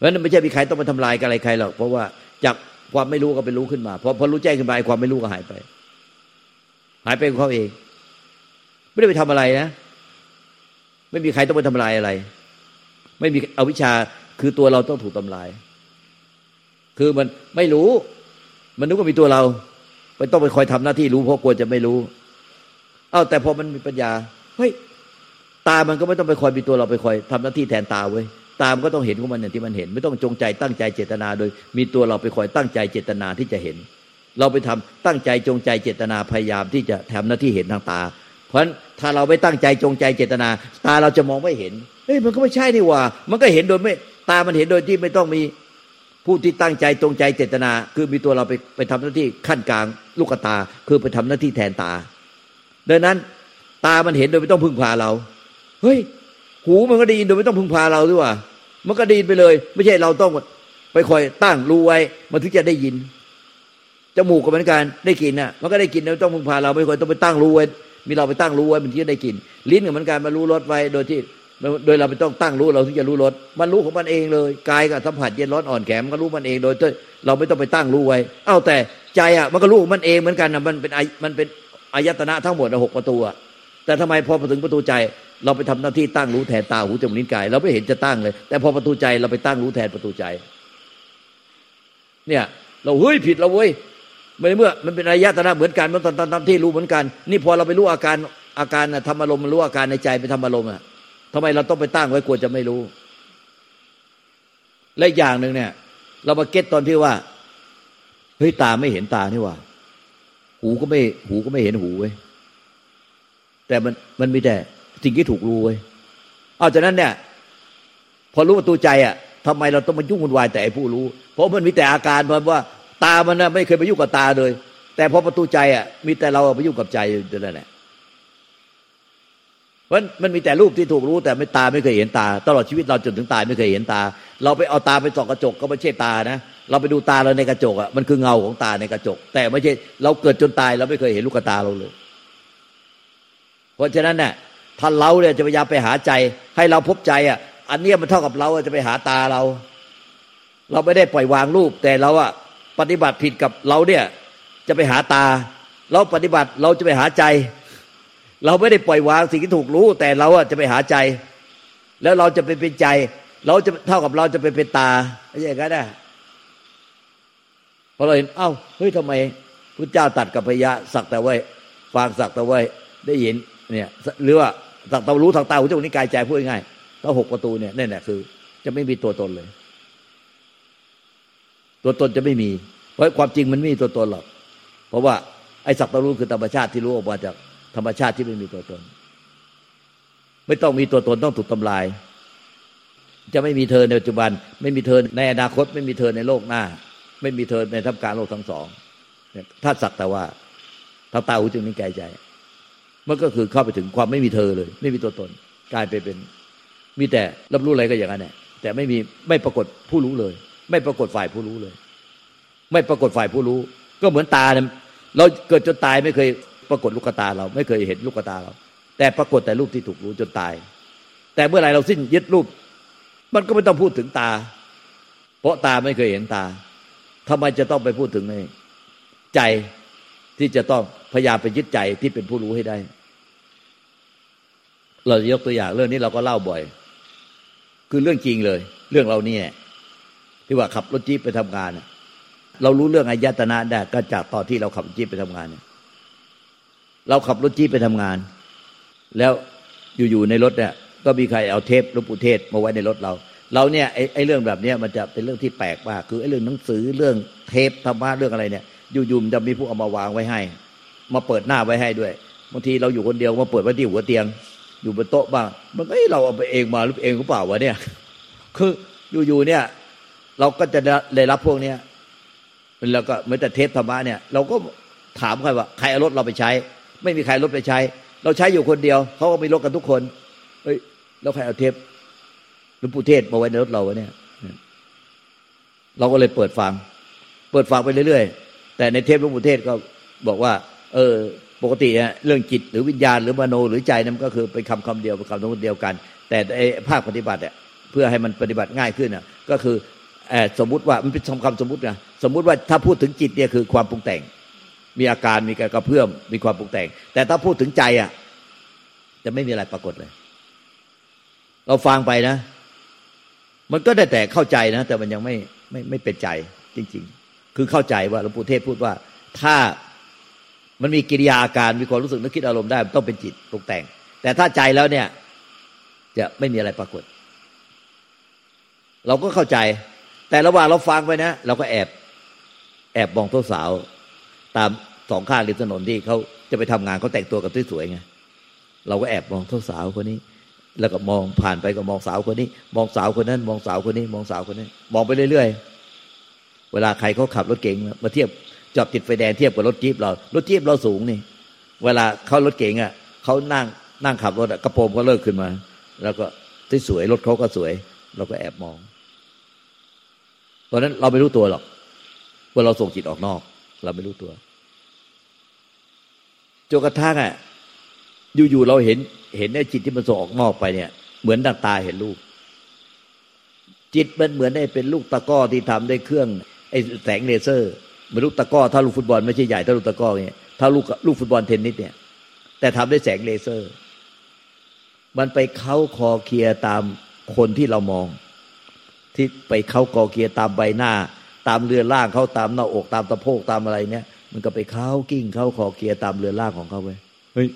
ราะฉะนั้นไม่ใช่มีใครต้องมาทำลายอะไรใครหรอกเพราะว่าจากความไม่รู้ก็เป็นรู้ขึ้นมาพอรู้แจ้งขึ้นมาความไม่รู้ก็หายไปของเขาเองไม่ได้ไปทำอะไรนะไม่มีใครต้องไปทำลายอะไรไม่มีอวิชชาคือตัวเราต้องถูกทำลายคือมันไม่รู้มันนึกว่ามีตัวเราไปต้องไปคอยทำหน้าที่รู้เพราะกลัวจะไม่รู้แต่พอมันมีปัญญาเฮ้ยตามันก็ไม่ต้องไปคอยมีตัวเราไปคอยทำหน้าที่แทนตาเว้ยตามันก็ต้องเห็นของมันอย่างที่มันเห็นไม่ต้องจงใจตั้งใจเจตนาโดยมีตัวเราไปคอยตั้งใจเจตนาที่จะเห็นเราไปทำตั้งใจจงใจเจตนาพยายามที่จะทำหน้าที่เห็นทางตาเพราะฉะนั้นถ้าเราไม่ตั้งใจจงใจเจตนาตาเราจะมองไม่เห็นเฮ้ยมันก็ไม่ใช่นี่หว่ามันก็เห็นโดยไม่ตามันเห็นโดยที่ไม่ต้องมีผู้ที่ตั้งใจจงใจเจตนาคือมีตัวเราไปทำหน้าที่ขั้นกลางลูกตาคือไปทำหน้าที่แทนตาดังนั้นตามันเห็นโดยไม่ต้องพึ่งพาเราเฮ้ยหูมันก็ได้ยินโดยไม่ต้องพึ่งพาเราด้วยว่ามันก็ได้ยินไปเลยไม่ใช่เราต้องไปคอยตั้งรู้ไว้มันถึงจะได้ยินจมูกก็เหมือนกันได้กลิ่นน่ะมันก็ได้กลิ่นโดยต้องพึ่งพาเราไม่ควรต้องไปตั้งรู้ไว้มีเราไปตั้งรู้ไว้มันถึงจะได้กลิ่นลิ้นก็เหมือนกันมารู้รสไว้โดยเราไม่ต้องตั้งรู้เราถึงจะรู้รสมันรู้ของมันเองเลยกายกับสัมผัสเย็นร้อนอ่อนแข็งมันก็รู้มันเองโดยเราไม่ต้องไปตั้งรู้ไว้แต่ใจมันก็รู้ของมันเองเหมือนกันนะมันเป็นอายตนะทั้งหมด6ประตูแต่ทำไมพอถึงประตูใจเราไปทำหน้าที่ตั้งรู้แทนตาหูจมูกลิ้นกายเราไม่เห็นจะตั้งเลยแต่พอประตูใจเราไปตั้งรู้แทนประตูใจเนี่ยเราเฮ้ยผิดเราเว้ยเมื่อมันเป็นอายตนะเหมือนกันมันทำที่รู้เหมือนกันนี่พอเราไปรู้อาการธรรมอารมณ์มันรู้อาการในใจไปทำอารมณ์ทำไมเราต้องไปตั้งไว้กลัวจะไม่รู้และอย่างหนึ่งเนี่ยเรามาเก็ตตอนที่ว่าเฮ้ยตาไม่เห็นตานี่ว่าหูก็ไม่เห็นหูเว้ยแต่มันมีแต่สิ่งที่ถูกรู้เว้ยจากนั้นเนี่ยพอรู้ประตูใจทำไมเราต้องมายุ่งวุ่นวายแต่ไอ้ผู้รู้เพราะมันมีแต่อาการเพราะว่าตามันไม่เคยไปยุ่งกับตาเลยแต่พอประตูใจมีแต่เราไปยุ่งกับใจอยู่นั่นแหละมันมีแต่รูปที่ถูกรู้แต่ไม่ตาไม่เคยเห็นตาตลอดชีวิตเราจนถึงตายไม่เคยเห็นตาเราไปเอาตาไปส่องกระจกก็ไม่ใช่ตานะเราไปดูตาเราในกระจกมันคือเงาของตาในกระจกแต่ไม่ใช่เราเกิดจนตายเราไม่เคยเห็นลูกตาเราเลยเพราะฉะนั้นเนี่ยถ้าเราเนี่ยจะพยายามไปหาใจให้เราพบใจอันนี้มันเท่ากับเราจะไปหาตาเราไม่ได้ปล่อยวางรูปแต่เราปฏิบัติผิดกับเราเนี่ยจะไปหาตาเราปฏิบัติเราจะไปหาใจเราไม่ได้ปล่อยวางสิ่งที่ถูกรู้แต่เราจะไปหาใจแล้วเราจะไปเป็นใจเราจะเท่ากับเราจะไปเป็นตาไม่ใช่กันนะพอเราเห็นเฮ้ยทำไมพุทธเจ้าตัดกับพยะสักแต่ไว้ฟังสักแต่ไว้ได้ยินเนี่ยหรือว่าสักแต่รู้ทางตาหูจมูกลิ้นกายใจพูดง่ายๆถ้า6ประตูเนี่ยนั่นแหละคือจะไม่มีตัวตนเลยตัวตนจะไม่มีเพราะความจริงมันไม่มีตัวตนหรอกเพราะว่าไอ้สักแต่รู้คือธรรมชาติที่รู้ออกมาจากธรรมชาติที่ไม่มีตัวตนไม่ต้องมีตัวตนต้องถูกทำลายจะไม่มีเธอในปัจจุบันไม่มีเธอในอนาคตไม่มีเธอในโลกหน้าไม่มีเธอในท่ามกลางโลกทั้งสองถ้าสักแต่ว่าทางตาหูจมูกลิ้นกายใจมันก็คือเข้าไปถึงความไม่มีเธอเลยไม่มีตัวตนกลายไปเป็นมีแต่รับรู้อะไรก็อย่างนั้นแหละแต่ไม่ปรากฏผู้รู้เลยไม่ปรากฏฝ่ายผู้รู้เลยไม่ปรากฏฝ่ายผู้รู้ก็เหมือนตาเราเกิดจนตายไม่เคยปรากฏลูกตาเราไม่เคยเห็นลูกตาเราแต่ปรากฏแต่รูปที่ถูกรู้จนตายแต่เมื่อไหร่เราสิ้นยึดรูปมันก็ไม่ต้องพูดถึงตาเพราะตาไม่เคยเห็นตาทำไมจะต้องไปพูดถึงในใจที่จะต้องพยายามไปยึดใจที่เป็นผู้รู้ให้ได้เรายกตัวอย่างเรื่องนี้เราก็เล่าบ่อยคือเรื่องจริงเลยเรื่องเราเนี่ยที่ว่าขับรถจี๊ปไปทำงานเรารู้เรื่องอายตนะได้ก็จากตอนที่เราขับรถจี๊ปไปทำงานเนี่ยเราขับรถจี๊ปไปทำงานแล้วอยู่ๆในรถเนี่ยก็มีใครเอาเทปหลวงปู่เทศมาไว้ในรถเราเนี่ยไอ้เรื่องแบบนี้มันจะเป็นเรื่องที่แปลกมากคือไอ้เรื่องหนังสือเรื่องเทปธรรมะเรื่องอะไรเนี่ยอยู่ๆจะมีผู้เอามาวางไว้ให้มาเปิดหน้าไว้ให้ด้วยบางทีเราอยู่คนเดียวมาเปิดไว้ที่หัวเตียงอยู่บนโต๊ะบ้างมันก็เราเอาไปเองมาหรือเองหรือเปล่าวะเนี่ยคืออยู่ๆเนี่ยเราก็จะได้รับพวกเนี้ยแล้วก็เหมือนแต่เทปธรรมะเนี่ยเราก็ถามใครว่าใครเอารถเราไปใช้ไม่มีใครรถไปใช้เราใช้อยู่คนเดียวเขาก็มีรถกันทุกคนเฮ้ยแล้วใครเอาเทปหลวงปู่เทศมาไว้ในรถเราวะเนี่ยเราก็เลยเปิดฟังไปเรื่อยๆแต่ในเทปหลวงปู่เทศก็บอกว่าปกติเรื่องจิตหรือวิญญาณหรือมโนหรือใจนั้นก็คือเป็นคำเดียวเป็นคำเดียวกันแต่ไอ้ภาคปฏิบัติเนี่ยเพื่อให้มันปฏิบัติง่ายขึ้นก็คือสมมุติว่ามันเป็นคำสมมุตินะสมมุติว่าถ้าพูดถึงจิตเนี่ยคือความปรุงแต่งมีอาการมีการกระเพื่อมมีความปรุงแต่งแต่ถ้าพูดถึงใจจะไม่มีอะไรปรากฏเลยเราฟังไปนะมันก็ได้แต่เข้าใจนะแต่มันยังไม่เป็นใจจริงๆคือเข้าใจว่าหลวงปู่เทศพูดว่าถ้ามันมีกิริยาอาการมีความรู้สึกนึกคิดอารมณ์ได้มันต้องเป็นจิตปรุงแต่งแต่ถ้าใจแล้วเนี่ยจะไม่มีอะไรปรากฏเราก็เข้าใจแต่ระหว่างเราฟังไปนะเราก็แอบมองสาวตามสองข้างริมถนนที่เขาจะไปทำงานเขาแต่งตัวกันสวยๆไงเราก็แอบมองสาวคนนี้แล้วก็มองผ่านไปก็มองสาวคนนี้มองสาวคนนั้นมองสาวคนนี้มองสาวคนนี้มองไปเรื่อยๆเวลาใครเขาขับรถเก๋งมาเทียบจอดติดไฟแดงเทียบกับรถจี๊ปรถจี๊ปเราสูงนี่เวลาเขารถเก๋งเขานั่งขับรถกระโปรงก็เลิกขึ้นมาแล้วก็สวยรถเขาก็สวยเราก็แอบมองตอนนั้นเราไม่รู้ตัวหรอกว่าเราส่งจิตออกนอกเราไม่รู้ตัวจนกระทั่งอยู่ๆเราเห็นในจิตที่มันส่งออกนอกไปเนี่ยเหมือนดังตาเห็นรูปจิตมันเหมือนได้เป็นลูกตะก้อที่ทำด้วยเครื่องไอ้แสงเลเซอร์เหมือนลูกตะก้อถ้าลูกฟุตบอลไม่ใช่ใหญ่ถ้าลูกตะก้อเนี่ยถ้าลูกฟุตบอลเทนนิสเนี่ยแต่ทำด้วยแสงเลเซอร์มันไปเข้าคอเคลียตามคนที่เรามองที่ไปเข้าคอเคลียตามใบหน้าตามเรือนร่างเขาตามหน้าอกตามสะโพกตามอะไรเนี่ยมันก็ไปเข้ากิ้งเข้าคอเคลียตามเรือนร่างของเขาไปเฮ้ย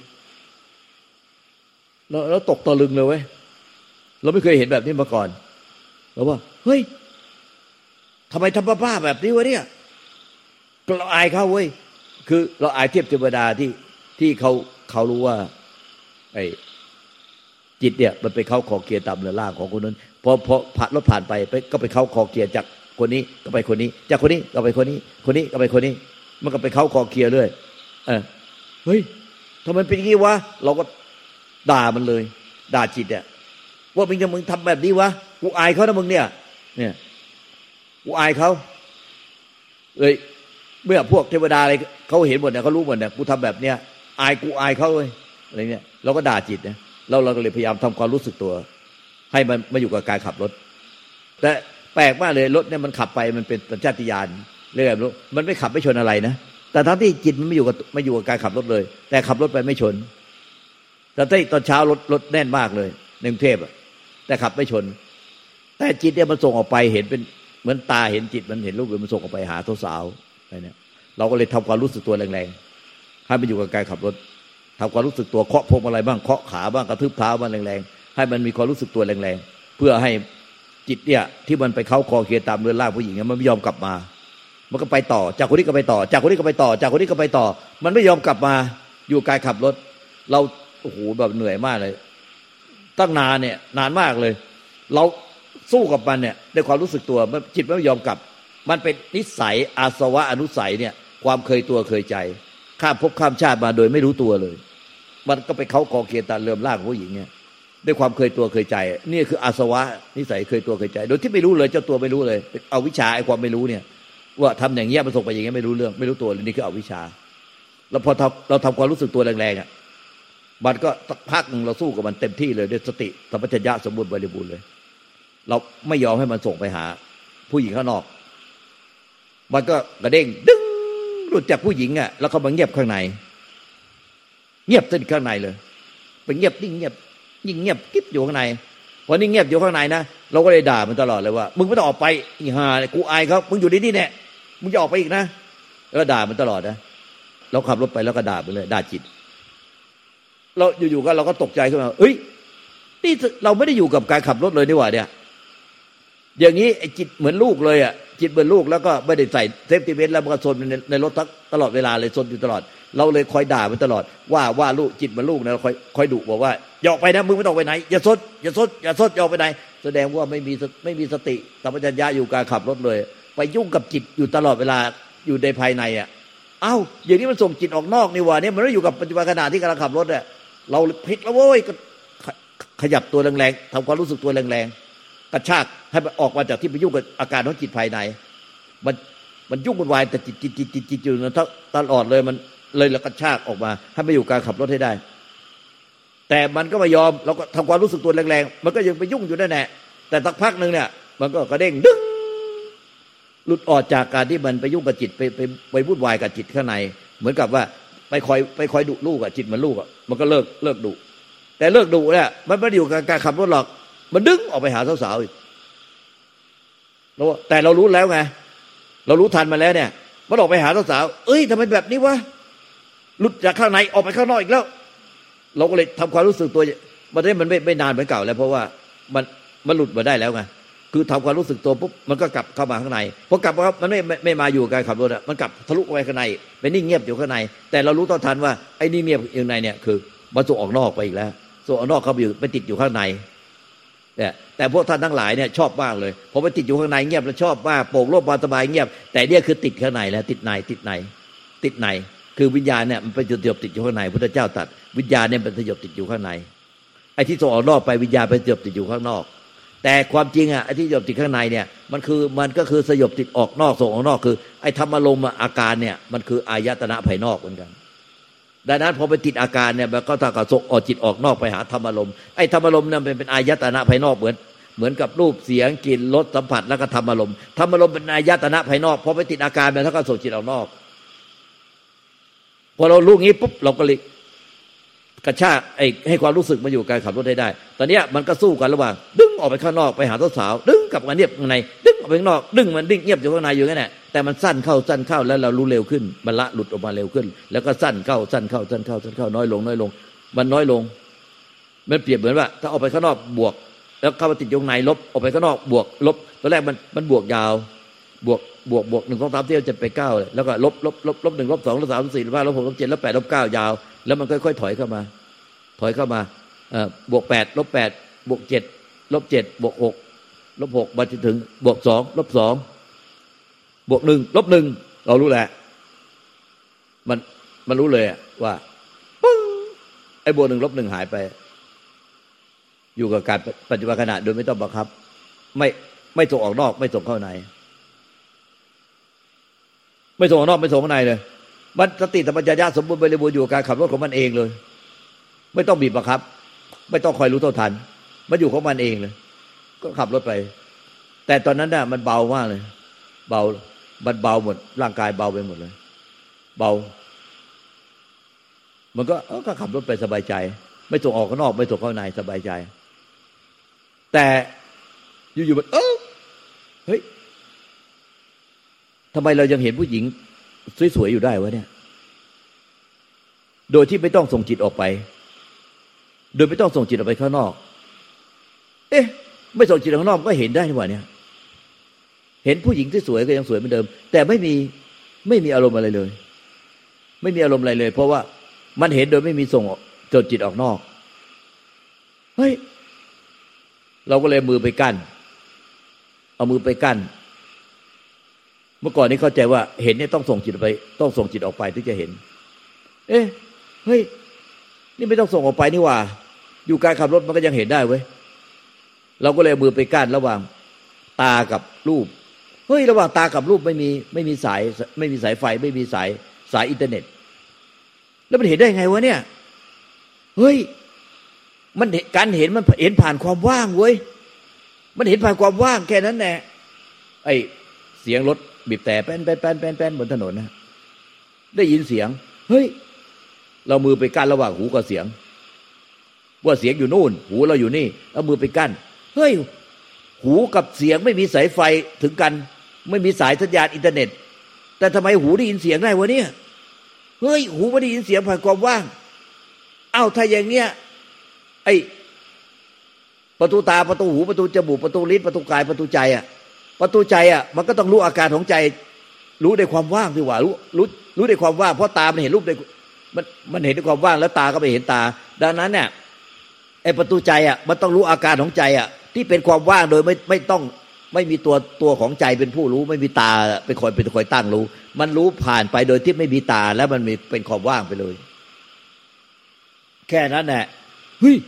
เราตกตะลึงเลยเว้ยเราไม่เคยเห็นแบบนี้มาก่อนเราว่าเฮ้ยทำไมทำบ้าๆแบบนี้วะเนี่ยเราอายเขาเว้ยคือเราอายเทียบเทวดาที่เขารู้ว่าไอ้จิตเนี่ยมันไปเข้าคอเกียร์ตามเรือนร่างของคนนั้นพอผ่านรถผ่านไปก็ไปเข้าคอเกียร์จากคนนี้ก็ไปคนนี้จากคนนี้ก็ไปคนนี้คนนี้ก็ไปคนนี้มันก็ไปเข้าคอเกียร์เรื่อยเฮ้ยทำไมเป็นอย่างนี้วะเราก็ด่ามันเลยด่าจิตว่ามึงทำแบบนี้วะกูอายเขานะมึงเนี่ยกูอายเขาเลยเมื่อพวกเทวดาอะไรเขาเห็นหมดเนี่ยเขารู้หมดเนี่ยกูทำแบบเนี้ยกูอายเขาเลยอะไรเนี่ยเราก็ด่าจิตนะเราก็เลยพยายามทำความรู้สึกตัวให้มันมาอยู่กับการขับรถแต่แปลกมากเลยรถเนี่ยมันขับไปมันเป็นสัญชาตญาณเรื่อยๆมันไม่ขับไม่ชนอะไรนะแต่ทั้งที่จิตมันไม่อยู่กับการขับรถเลยแต่ขับรถไปไม่ชนแต่ตอนเช้ารถแน่นมากเลยในกรุงเทพแต่ขับไม่ชนแต่จิตเนี่ยมันส่งออกไปเห็นเป็นเหมือนตาเห็นจิตมันเห็นรูปมันส่งออกไปหาสาวๆอะไรเนี่ยเราก็เลยทำความรู้สึกตัวแรงๆให้มันอยู่กับการขับรถทำความรู้สึกตัวเคาะพวงมาลัยบ้างเคาะขาบ้างกระทืบเท้าบ้างแรงๆให้มันมีความรู้สึกตัวแรงๆเพื่อให้จิตเนี่ยที่มันไปเข้าคอเคลียตามเรือนร่างผู้หญิงมันไม่ยอมกลับมามันก็ไปต่อจากคนนี้ก็ไปต่อจากคนนี้ก็ไปต่อจากคนนี้ก็ไปต่อมันไม่ยอมกลับมาอยู่การขับรถเราโอ้โหแบบเหนื่อยมากเลยตั้งนานเนี่ยนานมากเลยเราสู้กับมันเนี่ยด้วยความรู้สึกตัวจิตไม่ยอมกลับมันเป็นนิสัยอาสวะอนุสัยเนี่ยความเคยตัวเคยใจข้ามภพข้ามชาติมาโดยไม่รู้ตัวเลยมันก็ไปเข้ากอเกียร์ตาเลื่อมล่างผู้หญิงเนี่ยด้วยความเคยตัวเคยใจนี่คืออาสวะนิสัยเคยตัวเคยใจโดยที่ไม่รู้เลยเจ้าตัวไม่รู้เลยเอาวิชาไอ้ความไม่รู้เนี่ยว่าทำอย่างเงี้ยมันส่งไปอย่างเงี้ยไม่รู้เรื่องไม่รู้ตัวเลยนี่คือเอาวิชาแล้วพอเราทำความรู้สึกตัวแรงๆมันก็สักพักนึงเราสู้กับมันเต็มที่เลยด้วยสติสัมปชัญญะสมบูรณ์บริบูรณ์เลยเราไม่ยอมให้มันส่งไปหาผู้หญิงข้างนอกมันก็กระเด้งดึงหลุดจากผู้หญิงแล้วเขามาเงียบข้างในเงียบสนิทข้างในเลยไปเงียบยิ่งเงียบกิ๊บอยู่ข้างในพอนี่เงียบอยู่ข้างในนะเราก็เลยด่ามันตลอดเลยว่ามึงไม่ต้องออกไปอีห่ากูอายเขามึงอยู่นี่แน่มึงจะออกไปอีกนะแล้วด่ามันตลอดนะเราขับรถไปแล้วก็ด่าไปเลยด่าจิตเราอยู่ๆก็เราก็ตกใจขึ้นมาเฮ้ยนี่เราไม่ได้อยู่กับการขับรถเลยนี่หว่าเนี่ยอย่างนี้ไอ้จิตเหมือนลูกเลยจิตเหมือนลูกแล้วก็ไม่ได้ใส่เซฟตี้เบลต์แล้วมันก็ซนในรถตลอดเวลาเลยซนอยู่ตลอดเราเลยคอยด่ามันตลอดว่าลูกจิตเหมือนลูกนะเราคอยดุบอกว่าอย่าออกไปนะมึงไม่ต้องไปไหนอย่าซดอย่าออกไปไหนแสดงว่าไม่มีสติสัมปชัญญะอยู่การขับรถเลยไปยุ่งกับจิตอยู่ตลอดเวลาอยู่ในภายในเอ้าอย่างนี้มันส่งจิตออกนอกนี่หว่าเนี่ยมันไม่อยู่กับปัจจุบันขณะที่กำลังขับรถเราผิดแล้วโว้ยก็ขยับตัวแรงๆทำความรู้สึกตัวแรงๆกระชากให้มันออกมาจากที่ไปยุ่งกับอาการของจิตภายในมันยุ่งวุ่นวายแต่จิตอยู่นั้นตลอดเลยมันเลยแล้วกระชากออกมาให้ไปอยู่การขับรถให้ได้แต่มันก็ไม่ยอมเราก็ทำความรู้สึกตัวแรงๆมันก็ยังไปยุ่งอยู่นั่นแหละแต่สักพักหนึ่งเนี่ยมันก็กระเด้งดึงหลุดออกจากการที่มันไปยุ่งกับจิตไปวุ่นวายกับจิตข้างในเหมือนกับว่าไปคอยดุลูกอะจิตมันลูกอะมันก็เลิกดุแต่เลิกดุเนี่ยมันไม่ได้อยู่กับการขับรถหรอกมันดึงออกไปหาสาวๆอีกแล้วแต่เรารู้แล้วไงเรารู้ทันมาแล้วเนี่ยมันออกไปหาสาวๆเอ้ยทำไมแบบนี้วะหลุดจากข้างในออกไปข้างนอกอีกแล้วเราก็เลยทำความรู้สึกตัวมันได้มันไม่นานเหมือนเก่าแล้วเพราะว่ามันหลุดมาได้แล้วไงคือทำความรู้สึกตัวปุ๊บมันก็กลับเข้ามาข้างในพอกลับมามันไม่มาอยู่กับการขับรถอ่ะมันกลับทะลุไปข้างในไปนิ่งเงียบอยู่ข้างในแต่เรารู้ต้นทันว่าไอ้นิ่งเงียบอยู่ในเนี่ยคือมันส่งออกนอกไปอีกแล้วส่งออกนอกเข้าไปอยู่ไปติดอยู่ข้างในแต่พวกท่านทั้งหลายเนี่ยชอบมากเลยพอไปติดอยู่ข้างในเงียบแล้วชอบมากโปร่งโล่งสบายเงียบแต่เนี่ยคือติดข้างในแล้วติดในคือวิญญาณเนี่ยมันไปสยบติดอยู่ข้างในพุทธเจ้าตรัสวิญญาณเนี่ยเป็นสยบติดอยู่ข้างในไอ้ที่ส่งออกนอกไปวิญญาณไปสยบติดอยู่ข้างนอกแต่ความจริงอ่ะไอ้ที่สยบติดข้างในเนี่ยมันก็คือสยบติดออกนอกส่งออกนอกคือไอ้ธรรมอารมณ์อาการเนี่ยมันคืออายตนะภายนอกเหมือนกันดังนั้นพอไปติดอาการเนี่ยมันก็ถ้ากับส่งออกจิตออกนอกไปหาธรรมอารมณ์ไอ้ธรรมอารมณ์เนี่ยเป็นอายตนะภายนอกเหมือนกับรูปเสียงกลิ่นรสสัมผัสแล้วก็ธรรมอารมณ์เป็นอายตนะภายนอกพอไปติดอาการเนี่ยถ้าก็ส่งจิตออกนอกพอเรารู้งี้ปุ๊บเราก็เลยกระชากให้ความรู้สึกมาอยู่การขับรถได้ตอนนี้มันก็สู้กันระหว่างดึงออกไปข้างนอกไปหาสาวดึงกลับมาเงียบข้างในดึงออกไปข้างนอกดึงมันเงียบอยู่ข้างในอยู่นั่นแหละแต่มันสั้นเข้าแล้วเรารู้เร็วขึ้นมันละหลุดออกมาเร็วขึ้นแล้วก็สั้นเข้าน้อยลงมันน้อยลงมันเปรียบเหมือนว่าถ้าออกไปข้างนอกบวกแล้วเข้ามาติดอยู่ข้างในลบออกไปข้างนอกบวกลบตอนแรกมันบวกยาวบวก1 2 3เที่ยวจะไป9เลยแล้วก็ลบ1 ลบ2 ลบ3 ลบ4 ลบ5 ลบ6 ลบ7 ลบ8 ลบ9ยาวแล้วมันค่อยๆถอยเข้ามาบวก8 ลบ8 บวก7 ลบ7 บวก6 ลบ6มาจนถึงบวก2 ลบ2 บวก1 ลบ1เรารู้แหละมันรู้เลยว่าปึ้งไอ้บวก1 ลบ1หายไปอยู่กับการปัจจุบันขณะโดยไม่ต้องบังคับไม่ส่งออกนอกไม่ส่งเข้าในไม่ส่งออกนอกไม่ส่งข้างในเลยมันสติสัมปชัญญะสมบูรณ์บริบูรณ์อยู่กับการขับรถของมันเองเลยไม่ต้องบีบบังคับไม่ต้องคอยรู้เท่าทันมันอยู่ของมันเองเลยก็ขับรถไปแต่ตอนนั้นน่ะมันเบามากเลยมันเบาหมดร่างกายเบาไปหมดเลยเบามันก็ขับรถไปสบายใจไม่ส่งออกข้างนอกไม่ส่งเข้าในสบายใจแต่อยู่ๆมันเฮ้ยทำไมเรายังเห็นผู้หญิงสวยๆอยู่ได้วะเนี่ยโดยที่ไม่ต้องส่งจิตออกไปโดยไม่ต้องส่งจิตออกไปข้างนอกไม่ส่งจิตออกข้างนอกก็เห็นได้นี่หว่าเนี่ยเห็นผู้หญิงที่สวยก็ยังสวยเหมือนเดิมแต่ไม่มีอารมณ์อะไรเลยไม่มีอารมณ์อะไรเลยเพราะว่ามันเห็นโดยไม่มีส่งจิตออกนอกเฮ้ยเราก็เลยมือไปกั้นเอามือไปกั้นเมื่อก่อนนี้เข้าใจว่าเห็นเนี่ยต้องส่งจิตออกไปต้องส่งจิตออกไปถึงจะเห็นเฮ้ยนี่ไม่ต้องส่งออกไปนี่ว่าอยู่การขับรถมันก็ยังเห็นได้เว้ยเราก็เลยมือไปกั้นระหว่างตากับรูปเฮ้ยระหว่างตากับรูปไม่มีสายไฟไม่มีสายอินเทอร์เน็ตแล้วมันเห็นได้ไงวะเนี่ยเฮ้ยมันการเห็นมันเห็นผ่านความว่างเว้ยมันเห็นผ่านความว่างแค่นั้นแหละไอเสียงรถบีบแต่แป้นบนถนนนะได้ยินเสียงเฮ้ยเรามือไปกั้นระหว่างหูกับเสียงว่าเสียงอยู่นู่นหูเราอยู่นี่เอามือไปกั้นเฮ้ยหูกับเสียงไม่มีสายไฟถึงกันไม่มีสายสัญญาณอินเทอร์เน็ตแต่ทำไมหูได้ยินเสียงได้วะเนี่ยเฮ้ยหูไม่ได้ยินเสียงผ่านความว่างถ้าอย่างเนี้ยไอ้ประตูตาประตูหูประตูจมูกประตูลิ้นประตูกายประตูใจประตูใจมันก็ต้องรู้อาการของใจรู้ในความว่างดีกว่ารู้ในความว่างเพราะตามันเห็นรูปในมันเห็นในความว่างแล้วตาก็ไปเห็นตาดังนั้นเนี่ยไอ้ประตูใจมันต้องรู้อาการของใจที่เป็นความว่างโดยไม่มีตัวของใจเป็นผู้รู้ไม่มีตาเป็นคอยตั้งรู้มันรู้ผ่านไปโดยที่ไม่มีตาแล้วมันมีเป็นความว่างไปเลยแค่นั้นแหละเฮ้ย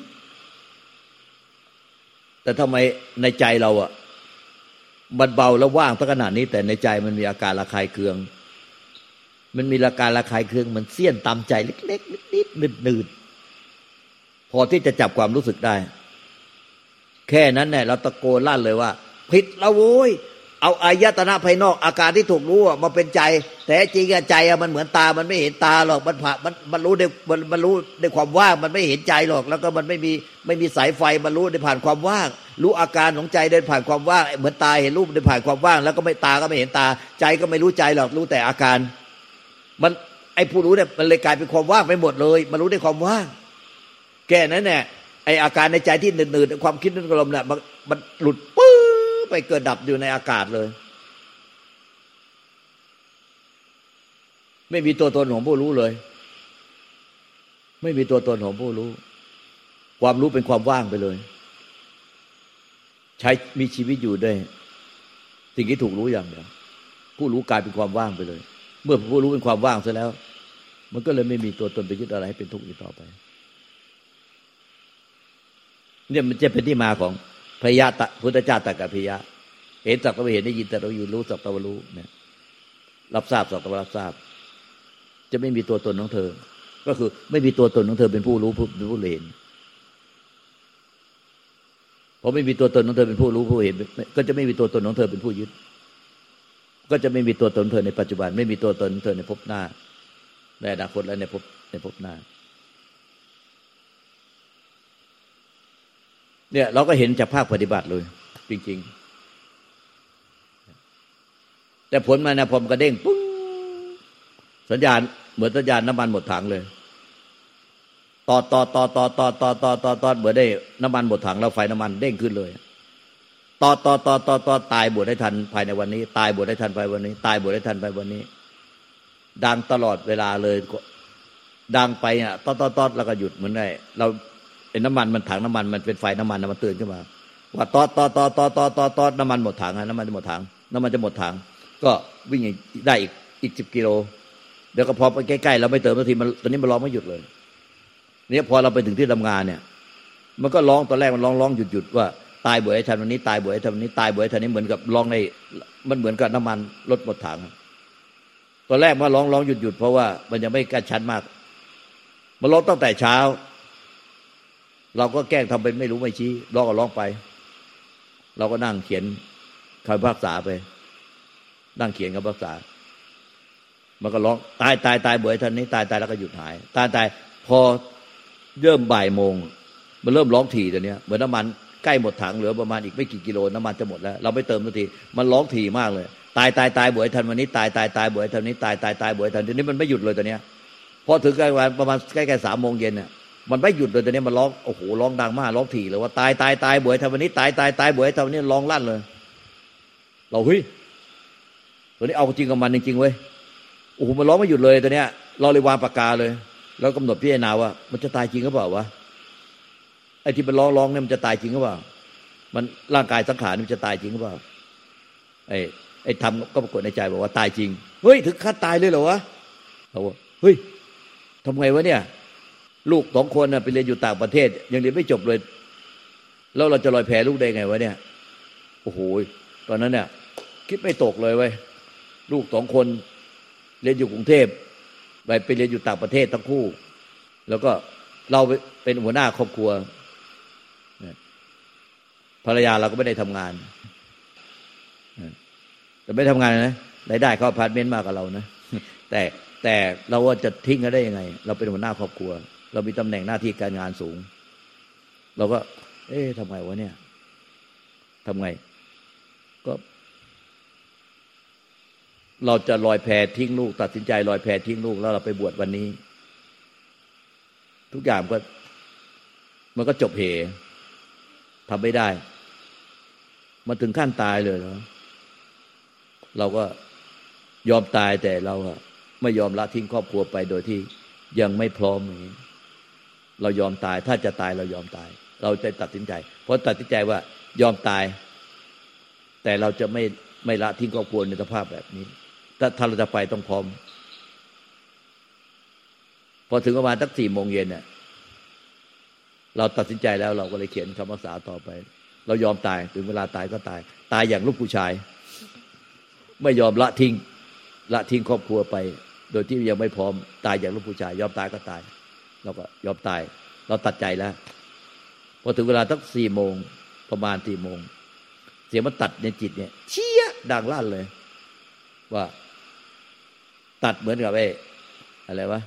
แต่ทำไมในใจเรามันเบาแล้วว่างตั้งขนาดนี้แต่ในใจมันมีอาการระคายเคืองมันมีอาการระคายเคืองมันเสี้ยนตามใจเล็กๆนิดๆนืดๆพอที่จะจับความรู้สึกได้แค่นั้นแหละเราตะโกนลั่นเลยว่าผิดแล้วโว้ยเอาอายตนะภายนอกอาการที่ถูกรู้มาเป็นใจแต่จริงใจมันเหมือนตามันไม่เห็นตาหรอกมันรู้ได้มันรู้ได้ความว่างมันไม่เห็นใจหรอกแล้วก็มันไม่มีสายไฟมันรู้ได้ผ่านความว่างรู้อาการของใจได้ผ่านความว่างเหมือนตาเห็นรูปได้ผ่านความว่างแล้วก็ไม่ตาก็ไม่เห็นตาใจก็ไม่รู้ใจหรอกรู้แต่อาการมันไอ้ผู้รู้เนี่ยมันเลยกลายเป็นความว่างไปหมดเลยมันรู้ได้ความว่างแค่นั้นแหละไอ้อาการในใจที่หนืดๆความคิดนึกอารมณ์เนี่ยมันหลุดปื้อไปเกิดดับอยู่ในอากาศเลยไม่มีตัวตนของผู้รู้เลยไม่มีตัวตนของผู้รู้ความรู้เป็นความว่างไปเลยใช้มีชีวิตอยู่ได้สิ่งที่ถูกรู้อย่างเดียวผู้รู้กลายเป็นความว่างไปเลยเมื่อผู้รู้เป็นความว่างซะแล้วมันก็เลยไม่มีตัวตนไปยึดอะไรให้เป็นทุกข์อีกต่อไปเนี่ยมันจะเป็นที่มาของพระยะพุทธเจ้าตรัสกับพระยะเห็นสักแต่ว่าเห็นได้ยินแต่เรายินรู้สักแต่ว่ารู้เนี่ยรับทราบสักแต่ว่ารับทราบจะไม่มีตัวตนของเธอก็คือไม่มีตัวตนของเธอเป็นผู้รู้เป็นผู้เห็นพอไม่มีตัวตนของเธอเป็นผู้รู้ผู้เห็นก็จะไม่มีตัวตนของเธอเป็นผู้ยึดก็จะไม่มีตัวตนของเธอในปัจจุบันไม่มีตัวตนของเธอในภพหน้าในอนาคตและในภพหน้าเนี่ยเราก็เห็นจากภาคปฏิบัติเลยจริงๆแต่ผลมานะพอมกระเด้งปุ้งสัญญาณเหมือนสัญญาณน้ำมันหมดถังเลยต่อเหมือนได้น้ำมันหมดถังแล้วไฟน้ำมันเด้งขึ้นเลยต่อตายบวชได้ทันภายในวันนี้ตายบวชได้ทันภายในวันนี้ตายบวชได้ทันภายในวันนี้ดังตลอดเวลาเลยดังไปอ่ะต่อแล้วก็หยุดเหมือนได้เราเป็นน้ำมันมันถังน้ำมันมันเป็นไฟน้ำมันมันเตือนขึ้นมาว่าต่อน้ำมันหมดถังน้ำมันจะหมดถังน้ำมันจะหมดถังก็วิ่งได้อีก10 กิโลเดี๋ยวก็พอไปใกล้ๆเราไม่เติมทันทีมันตอนนี้มันร้องไม่หยุดเลยเนี่ยพอเราไปถึงที่ทำงานเนี่ยมันก็ร้องตอนแรกมันร้องหยุดว่าตายบวชให้ทันวันนี้ตายบวชให้ทันวันนี้ตายบวชให้ทันนี้เหมือนกับร้องในมันเหมือนกับน้ำมันลดหมดถังตอนแรกมันร้องหยุดเพราะว่ามันยังไม่กระชั้นมากมันร้องตั้งแต่เช้าเราก็แกล้งทำเป็นไม่รู้ไม่ชี้ร้องก็ร้องไปเราก็นั่งเขียนคำพิพากษาไปนั่งเขียนคำพิพากษามันก็ร้องตายบวชให้ทันนี้ตายแล้วก็หยุดหายตายพอเริ่มบ่ายโมงมันเริ่มร้องถี่ตัวเนี้ยเหมือนน้ำมันใกล้หมดถังเหลือประมาณอีกไม่กี่กิโลน้ำมันจะหมดแล้วเราไม่เติมทันทีมันร้องถี่มากเลยตายบวชให้ทันวันนี้ตายบวชให้ทันนี้ตายบวชให้ทันทีนี้มันไม่หยุดเลยตัวเนี้ยพอถึงใกล้วันประมาณใกล้ๆ3 โมงเย็นเนี่ยมันไม่หยุดเลยตัวนี้มันร้องโอ้โหร้องดังมากร้องถี่เลยว่าตายบวชให้ทันวันนี้ตายบวชให้ทันวันนี้ร้องลั่นเลยเราเฮ้ยตัวนี้เอาจริงกับมันจริงๆเว้ยโอ้โหมันร้องไม่หยุดเลยตัวเนี้ยเราเลยวางปากกาเลยแล้วกำหนดพิจารณาว่ามันจะตายจริงหรือเปล่าวะไอ้ที่มันร้องเนี่ยมันจะตายจริงหรือเปล่ามันร่างกายสังขารมันจะตายจริงหรือเปล่าไอ้ธรรมก็ปรากฏในใจบอกว่าตายจริงเฮ้ยถึงขั้นตายเลยเหรอวะเราว่าเฮ้ยทำไงวะเนี่ยลูก2 คนไปเรียนอยู่ต่างประเทศยังเรียนไม่จบเลยแล้วเราจะลอยแพลูกได้ไงวะเนี่ยโอ้โหตอนนั้นเนี่ยคิดไม่ตกเลยเว้ยลูก2 คนเรียนอยู่กรุงเทพไปเรียนอยู่ต่างประเทศทั้งคู่แล้วก็เราเป็นหัวหน้าครอบครัวภรรยาเราก็ไม่ได้ทำงานแต่ไม่ทำงานนะรายได้เขาอพาร์ตเมนต์มากกว่าเรานะแต่เราว่าจะทิ้งกันได้ยังไงเราเป็นหัวหน้าครอบครัวเรามีตำแหน่งหน้าที่การงานสูงเราก็ทำไงวะเนี่ยทำไงก็เราจะลอยแพทิ้งลูกตัดสินใจลอยแพทิ้งลูกแล้วเราไปบวชวันนี้ทุกอย่างมันก็จบเหทำไม่ได้มาถึงขั้นตายเลยเหรอเราก็ยอมตายแต่เราไม่ยอมละทิ้งครอบครัวไปโดยที่ยังไม่พร้อมอย่างนี้เรายอมตายถ้าจะตายเรายอมตายเราจะตัดสินใจเพราะตัดสินใจว่ายอมตายแต่เราจะไม่ละทิ้งครอบครัวในสภาพแบบนี้ถ้าเราจะไปต้องพร้อมพอถึงประมาณสัก4 โมงเย็นเนี่ยเราตัดสินใจแล้วเราก็เลยเขียนคำพิพากษาต่อไปเรายอมตายถึงเวลาตายก็ตายอย่างลูกผู้ชายไม่ยอมละทิ้งครอบครัวไปโดยที่ยังไม่พร้อมตายอย่างลูกผู้ชายยอมตายก็ตายเราก็ยอมตายเราตัดใจแล้วพอถึงเวลาสัก4 โมงประมาณ4 โมงเสียงมันตัดในจิตเนี่ยเชี่ยดังลั่นเลยว่าตัดเหมือนกับอะไรวะ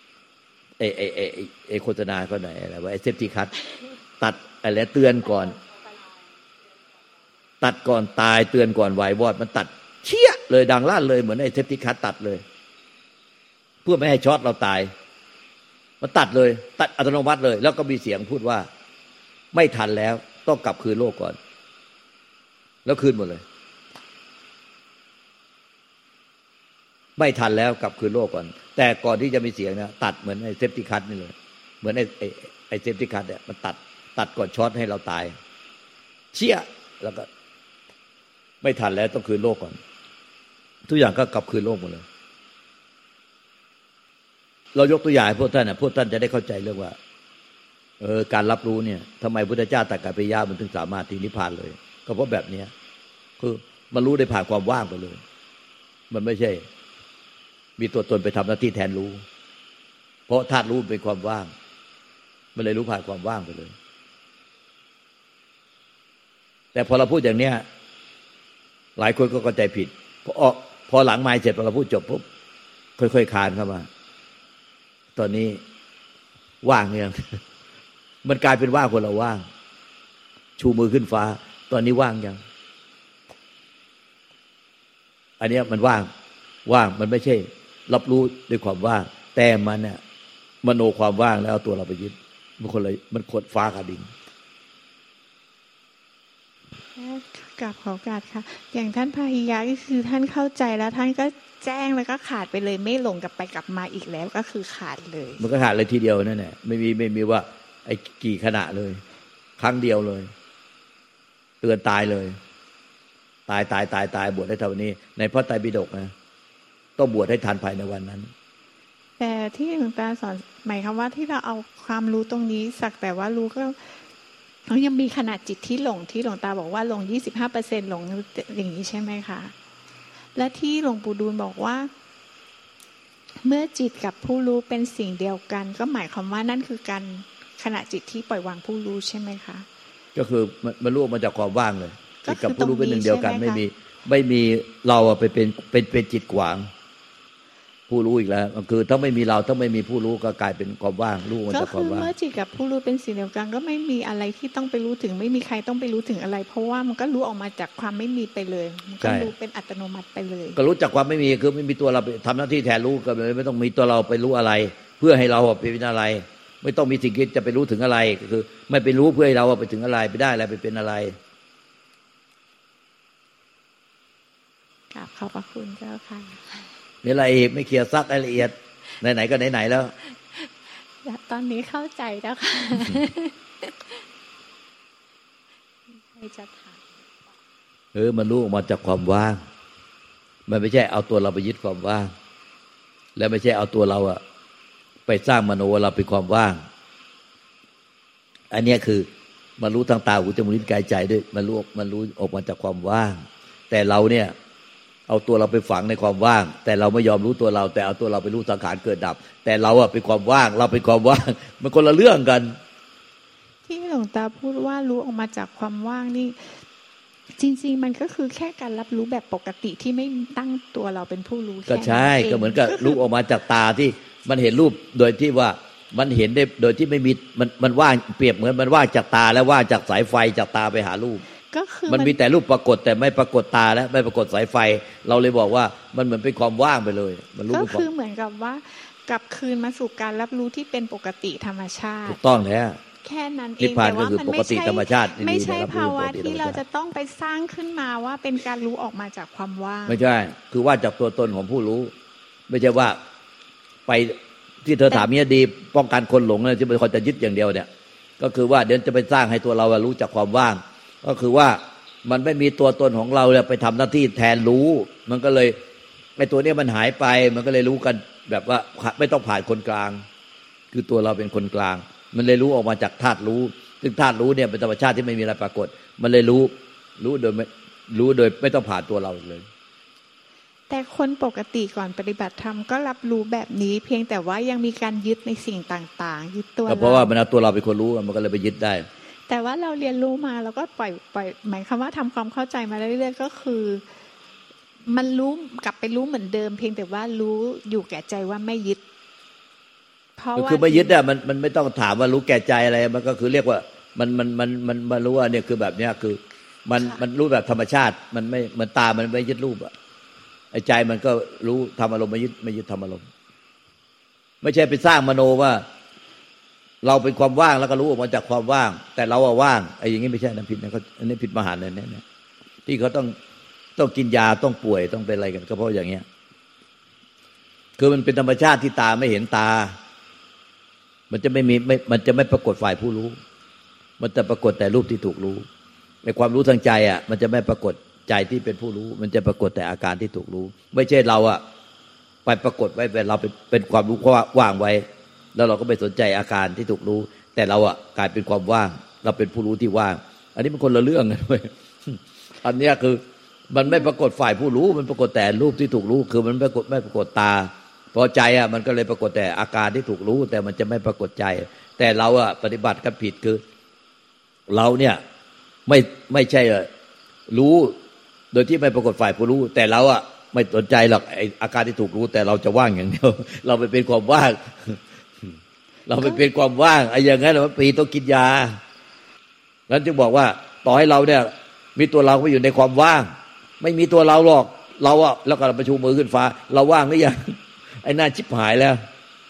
โฆษณาก็ไหนอะไรวะเซฟตี้คัทตัดอะไรเตือนก่อนตัดก่อนตายเตือนก่อนวายวอดมันตัดเชี่ยเลยดังลั่นเลยเหมือนเซฟตี้คัทตัดเลยเพื่อไม่ให้ช็อตเราตายมันตัดเลยตัดอัตโนมัติเลยแล้วก็มีเสียงพูดว่าไม่ทันแล้วต้องกลับคืนโลกก่อนแล้วคืนหมดเลยไม่ทันแล้วกลับคืนโลกก่อนแต่ก่อนที่จะมีเสียงนะตัดเหมือนเซฟตี้คัทนี่เลยเหมือนเซฟตี้คัทเนี่ยมันตัดก่อนช็อตให้เราตายเชี่ยแล้วก็ไม่ทันแล้วต้องคืนโลกก่อนทุกอย่างก็กลับคืนโลกหมดเลยเรายกตัวอย่างพวกท่านนะพวกท่านจะได้เข้าใจเรื่องว่าการรับรู้เนี่ยทำไมพุทธเจ้าตรัสกับพระยามันถึงสามารถที่นิพพานเลยก็เพราะแบบนี้คือมันรู้ได้ผ่านความว่างไปเลยมันไม่ใช่มีตัวตนไปทำหน้าที่แทนรู้เพราะธาตุรู้เป็นความว่างมันเลยรู้ผ่านความว่างไปเลยแต่พอเราพูดอย่างเนี้ยหลายคนก็เข้าใจผิดพอหลังไมค์เสร็จพอเราพูดจบปุ๊บค่อยๆคานเข้ามาตอนนี้ว่างเนี่ยมันกลายเป็นว่างคนเราว่างชูมือขึ้นฟ้าตอนนี้ว่างยังอันนี้มันว่างมันไม่ใช่รับรู้ด้วยความว่างแต่มันเนี่ยมโนความว่างแล้วเอาตัวเราไปยึดมันคนเลยมันขดฟ้ากับดินกราบขอโอกาสค่ะอย่างท่านพาหิยะก็คือท่านเข้าใจแล้วท่านก็แจ้งแล้วก็ขาดไปเลยไม่หลงกลับไปกลับมาอีกแล้วก็คือขาดเลยมันก็ขาดเลยทีเดียวนั่นแหละไม่มีว่าไอ้กี่ขณะเลยครั้งเดียวเลยเตือนตายเลยตายบวชให้เท่านี้ในพระไตรปิฎกนะต้องบวชให้ทันภายในวันนั้นแต่ที่หลวงตาสอนหมายความว่าที่เราเอาความรู้ตรงนี้สักแต่ว่ารู้ก็ยังมีขนาดจิตที่หลงที่หลวงตาบอกว่าหลง 25% หลงอย่างนี้ใช่ไหมคะและที่หลวงปู่ดูลบอกว่าเมื่อจิตกับผู้รู้เป็นสิ่งเดียวกันก็หมายความว่านั่นคือการขณะจิตที่ปล่อยวางผู้รู้ใช่ไหมคะก็คือมันรู้มาจากความว่างเลยจิตกับผู้รู้เป็นหนึ่งเดียวกันไม่มีเราไปเป็นจิตขวางผู้รู้อีกแล้วคือถ้าไม่มีเราถ้าไม่มีผู้รู้ก็กลายเป็นความว่างรู้มาจากความว่างก็คือเมื่อจิตกับผู้รู้เป็นสิ่งเดียวกันก็ไม่มีอะไรที่ต้องไปรู้ถึงไม่มีใครต้องไปรู้ถึงอะไรเพราะว่ามันก็รู้ออกมาจากความไม่มีไปเลยมันก็รู้เป็นอัตโนมัติไปเลยก็รู้จากความไม่มีคือไม่มีตัวเราทำหน้าที่แทนรู้ก็เลยไม่ต้องมีตัวเราไปรู้อะไรเพื่อให้เราไปเป็นอะไรไม่ต้องมีสิ่งที่จะไปรู้ถึงอะไรก็คือไม่ไปรู้เพื่อให้เราไปถึงอะไรไปได้อะไรไปเป็นอะไรขอบพระคุณเจ้าค่ะมีอะไรอีกไม่เคลียร์ซักรายละเอียดไหนๆก็ไหนๆแล้วตอนนี้เข้าใจแล้วค่ะให้จะถามมันรู้ออกมาจากความว่างมันไม่ใช่เอาตัวเราไปยึดความว่างและไม่ใช่เอาตัวเราอะไปสร้างมโนว่าเราเป็นความว่างอันนี้คือมันรู้ทางตาหูจมูกลิ้นกายใจด้วยมันรู้ออกมาจากความว่างแต่เราเนี่ยเอาตัวเราไปฝังในความว่างแต่เราไม่ยอมรู้ตัวเราแต่เอาตัวเราไปรู้สังขารเกิดดับแต่เราอะเป็นความว่างเราเป็นความว่างมันคนละเรื่องกันที่หลวงตาพูดว่ารู้ออกมาจากความว่างนี่จริงๆมันก็คือแค่การรับรู้แบบปกติที่ไม่ตั้งตัวเราเป็นผู้รู้ก็ใช่ก็เหมือนกับรู้ออกมาจากตาที่มันเห็นรูปโดยที่ว่ามันเห็นได้โดยที่ไม่มีมันว่างเปรียบเหมือนมันว่างจากตาและว่างจากสายไฟจากตาไปหารูปก็คือมันมีแต่รูปปรากฏแต่ไม่ปรากฏตาและไม่ปรากฏสายไฟเราเลยบอกว่ามันเหมือนเป็นความว่างไปเลยมันรู้ก็คือเหมือนกับว่ากลับคืนมาสู่การรับรู้ที่เป็นปกติธรรมชาติถูกต้องแล้วแค่นั้นเองแต่ว่ามันไม่ใช่ไม่ใช่ภาวะที่เราจะต้องไปสร้างขึ้นมาว่าเป็นการรู้ออกมาจากความว่างไม่ใช่คือว่าจากตัวตนของผู้รู้ไม่ใช่ว่าไปที่เธอถามเนี่ยดีป้องกันคนหลงเนี่ยที่เป็นคนจะยึดอย่างเดียวเนี่ยก็คือว่าเดี๋ยวจะไปสร้างให้ตัวเรารู้จักความว่างก็คือว่ามันไม่มีตัวตนของเราเนี่ยไปทำหน้าที่แทนรู้มันก็เลยไอ้ตัวนี้มันหายไปมันก็เลยรู้กันแบบว่าไม่ต้องผ่านคนกลางคือตัวเราเป็นคนกลางมันเลยรู้ออกมาจากธาตุรู้ซึ่งธาตุรู้เนี่ยเป็นธรรมชาติที่ไม่มีอะไรปรากฏมันเลยรู้โดยไม่ต้องผ่านตัวเราเลยแต่คนปกติก่อนปฏิบัติธรรมก็รับรู้แบบนี้เพียงแต่ว่ายังมีการยึดในสิ่งต่างๆยึดตัวเราเพราะว่ามันเอาตัวเราเป็นคนรู้มันก็เลยไปยึดได้แต่แต่ว่าเราเรียนรู้มาแล้วก็ปล่อยหมายความว่าทำความเข้าใจมาเรื่อยๆก็คือมันรู้กลับไปรู้เหมือนเดิมเพียงแต่ว่ารู้อยู่แก่ใจว่าไม่ยึดเพราะว่าคือไม่ยึดอะมันไม่ต้องถามว่ารู้แก่ใจอะไรมันก็คือเรียกว่ามันรู้ว่าเนี่ยคือแบบเนี้ยคือมันรู้แบบธรรมชาติมันไม่มันตามันไม่ยึดรูปอะไอ้ใจมันก็รู้ธรรมอารมณ์ไม่ยึดธรรมอารมณ์ไม่ใช่ไปสร้างมโนว่าเราเป็นความว่างแล้วก็รู้ออกมาจากความว่างแต่เราอะว่างไอ้อย่างงี้ไม่ใช่นะผิดนะเขาอันนี้ผิดมหันต์เลยเนี่ยที่เขาต้องกินยาต้องป่วยต้องเป็นอะไรกันก็เพราะอย่างเงี้ยคือมันเป็นธรรมชาติที่ตาไม่เห็นตามันจะไม่ปรากฏฝ่ายผู้รู้มันจะปรากฏแต่รูปที่ถูกรู้ในความรู้ทางใจอ่ะมันจะไม่ปรากฏใจที่เป็นผู้รู้มันจะปรากฏแต่อาการที่ถูกรู้ไม่ใช่เราอ่ะไปปรากฏไว้เป็นเราเป็นความรู้ว่างไว้แล้วเราก็ไปสนใจอาการที่ถูกรู้แต่เราอ่ะกลายเป็นความว่างเราเป็นผู้รู้ที่ว่างอันนี้มันคนละเรื่องกันเว้ยอันนี้คือมันไม่ปรากฏฝ่ายผู้รู้มันปรากฏแต่รูปที่ถูกรู้คือมันไม่ปรากฏตาพอใจอ่ะมันก็เลยปรากฏแต่อาการที่ถูกรู้แต่มันจะไม่ปรากฏใจแต่เราอ่ะปฏิบัติกันผิดคือเราเนี่ยไม่ใช่รู้โดยที่ไม่ปรากฏฝ่ายผู้รู้แต่เราอ่ะไม่สนใจหรอกไอ้อาการที่ถูกรู้แต่เราจะว่างอย่างเดียวเราไปเป็นความว่างเราไปเป็นความว่างไอ้อย่างนั้นเราปีต้องกินยานั้นจึงบอกว่าต่อให้เราเนี่ยมีตัวเราไปอยู่ในความว่างไม่มีตัวเราหรอกเราอ่ะแล้วก็ประชูมือขึ้นฟ้าเราว่างหรือยังไอ้น่าชิบหายแล้ว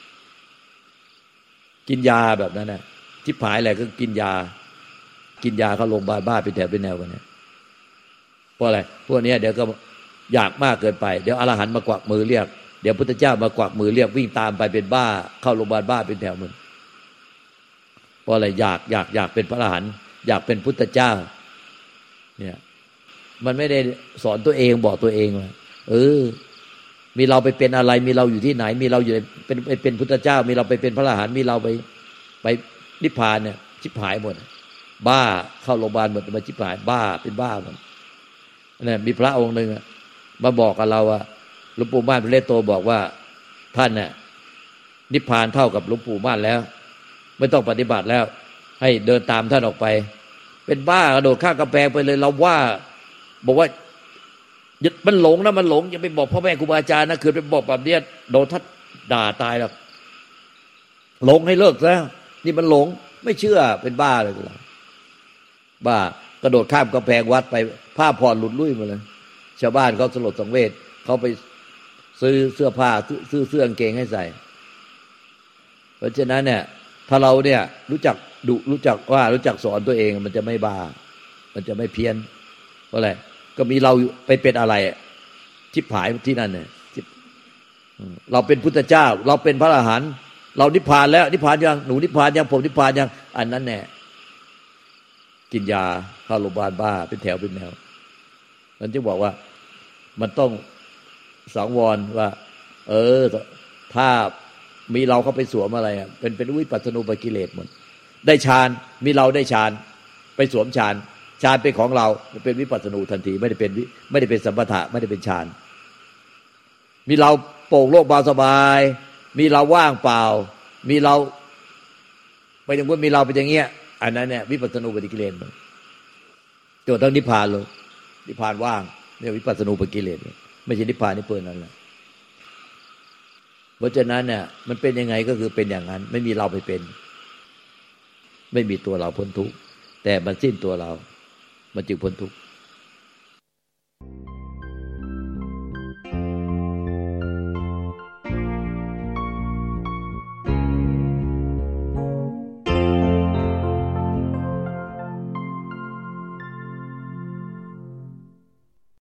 กินยาแบบนั้นน่ะชิบหายอะไรก็กินยาเข้าโรงพยาบาลบ้าเป็นแถวเป็นแนวกันเนี่ยเพราะอะไรพวกนี้เดี๋ยวก็อยากมากเกินไปเดี๋ยวอรหันต์มากวักมือเรียกเดี๋ยวพุทธเจ้ามากวักมือเรียกวิ่งตามไปเป็นบ้าเข้าโรงพยาบาลบ้าเป็นแถวมึงเพราะอะไรอยากเป็นพระอรหันต์อยากเป็นพุทธเจ้าเนี่ยมันไม่ได้สอนตัวเองบอกตัวเองว่ามีเราไปเป็นอะไรมีเราอยู่ที่ไหนมีเราอยู่เป็นพุทธเจ้ามีเราไปเป็นพระอรหันต์มีเราไปนิพพานเนี่ยชิบหายหมดบ้าเข้าโรงพยาบาลหมดมาชิบหายบ้าเป็นบ้าหมดเนี่ยมีพระองค์หนึ่งมาบอกกับเราว่าหลวงปู่ม่านพระเลโตบอกว่าท่านน่ะนิพพานเท่ากับหลวงปู่ม่านแล้วไม่ต้องปฏิบัติแล้วให้เดินตามท่านออกไปเป็นบ้ากระโดดข้ามกำแพงไปเลยเราว่าบอกว่ามันหลงนะมันหลงอย่าไปบอกพ่อแม่ครูบาอาจารย์นะคือไปบอกแบบนี้โดนท่านด่าตายแล้วหลงให้เลิกแล้วนี่มันหลงไม่เชื่อเป็นบ้าเลยเราบ้ากระโดดข้ามกำแพงวัดไปผ้าผ่อนหลุดลุ่ยมาเลยชาวบ้านเขาสลดสังเวชเขาไปซื้อเสื้อผ้าซื้อเสื้อกางเกงให้ใส่เพราะฉะนั้นเนี่ยถ้าเราเนี่ยรู้จักดุรู้จักว่ารู้จักสอนตัวเองมันจะไม่บ้ามันจะไม่เพี้ยนเพราะอะไรก็มีเราไปเป็นอะไรชิบหายที่นั่นเนี่ยเราเป็นพุทธเจ้าเราเป็นพระอรหันต์เรานิพพานแล้วนิพพานยังหนูนิพพานยังผมนิพพานยังอันนั้นแน่กินยาเข้าโรงพยาบาลบ้าเป็นแถวเป็นแนวนั้นจึงบอกว่ามันต้องสังวรว่าถ้ามีเราเข้าไปสวมอะไรเป็นวิปัสสนูปกิเลสหมดได้ฌานมีเราได้ฌานไปสวมฌานเป็นของเราเป็นวิปัสสนูทันทีไม่ได้เป็นสัมปทะไม่ได้เป็นฌานมีเราโปร่งโล่งเบาสบายมีเราว่างเปล่ามีเราไปถึงว่ามีเราเป็นอย่างเงี้ยอันนั้นเนี่ยวิปัสสนูปกิเลสจนทั้งนิพพานเลยนิพพานว่างเนี่ยวิปัสสนูปกิเลสไม่ใช่นิพพานนี่เปิดนั่นแหละเพราะฉะนั้นเนี่ยมันเป็นยังไงก็คือเป็นอย่างนั้นไม่มีเราไปเป็นไม่มีตัวเราพ้นทุกข์แต่มันสิ้นตัวเรามันจึงพ้นทุกข์